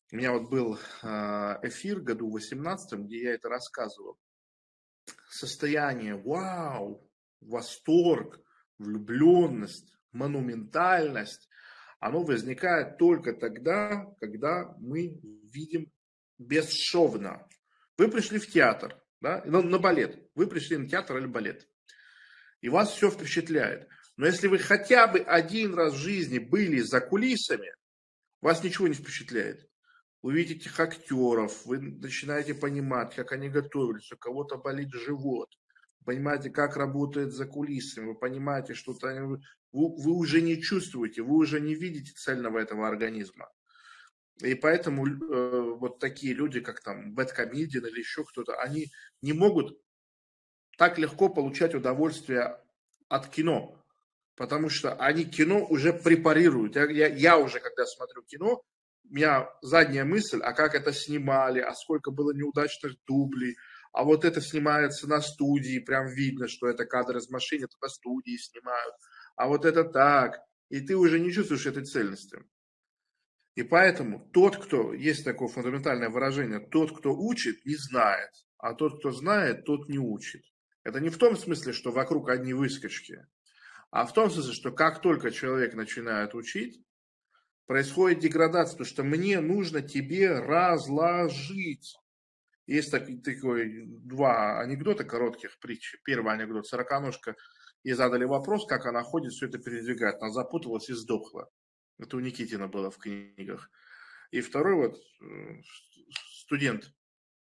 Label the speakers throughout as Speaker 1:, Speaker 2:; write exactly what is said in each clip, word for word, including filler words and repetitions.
Speaker 1: У меня вот был эфир году в восемнадцатом, где я это рассказывал. Состояние вау, восторг, влюбленность, монументальность, оно возникает только тогда, когда мы видим бесшовно. Вы пришли в театр, да, на, на балет. Вы пришли на театр или балет. И вас все впечатляет. Но если вы хотя бы один раз в жизни были за кулисами, вас ничего не впечатляет. Вы видите этих актеров, вы начинаете понимать, как они готовились, у кого-то болит живот, понимаете, как работает за кулисами, вы понимаете, что вы, вы уже не чувствуете, вы уже не видите цельного этого организма. И поэтому э, вот такие люди, как там бэдкомедиан или еще кто-то, они не могут так легко получать удовольствие от кино, потому что они кино уже препарируют. Я, я, я уже, когда смотрю кино, у меня задняя мысль, а как это снимали, а сколько было неудачных дублей, а вот это снимается на студии, прям видно, что это кадр из машины, это на студии снимают, а вот это так, и ты уже не чувствуешь этой цельности. И поэтому тот, кто, есть такое фундаментальное выражение, тот, кто учит, не знает, а тот, кто знает, тот не учит. Это не в том смысле, что вокруг одни выскочки, а в том смысле, что как только человек начинает учить, происходит деградация, потому что мне нужно тебе разложить. Есть такой, такой два анекдота коротких притч. Первый анекдот. Сороконожка, ей задали вопрос, как она ходит, все это передвигает. Она запуталась и сдохла. Это у Никитина было в книгах. И второй вот студент.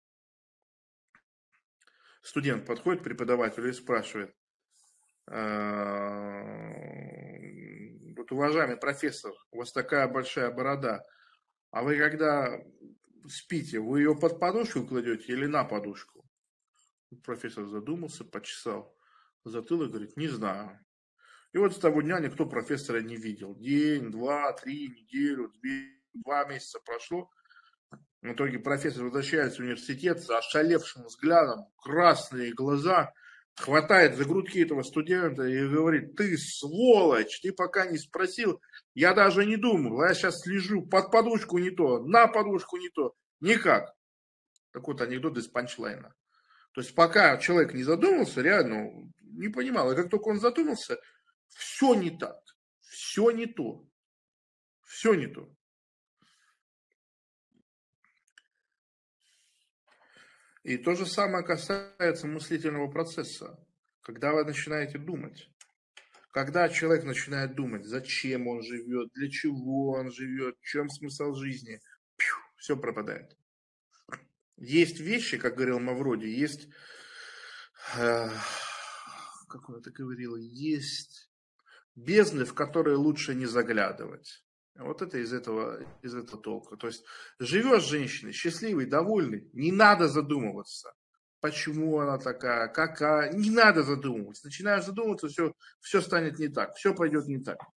Speaker 1: Студент подходит к преподавателю и спрашивает: вот, уважаемый профессор, у вас такая большая борода, а вы когда спите, вы ее под подушку кладете или на подушку? Профессор задумался, почесал затылок, говорит: не знаю. И вот с того дня никто профессора не видел. День, два, три, неделю, две, два месяца прошло. В итоге профессор возвращается в университет с ошалевшим взглядом, красные глаза, хватает за грудки этого студента и говорит: ты сволочь, ты пока не спросил, я даже не думал, я сейчас слежу, под подушку не то, на подушку не то, никак. Так вот анекдот из панчлайна. То есть пока человек не задумался, реально не понимал, и как только он задумался, все не так, все не то, все не то. И то же самое касается мыслительного процесса. Когда вы начинаете думать, когда человек начинает думать, зачем он живет, для чего он живет, в чем смысл жизни, пью, все пропадает. Есть вещи, как говорил Мавроди, есть, э, как он это говорил, есть бездны, в которые лучше не заглядывать. Вот это из этого, из этого толка. То есть живешь женщиной, счастливой, довольной, не надо задумываться, почему она такая, какая, не надо задумываться. Начинаешь задумываться, все, все станет не так, все пойдет не так.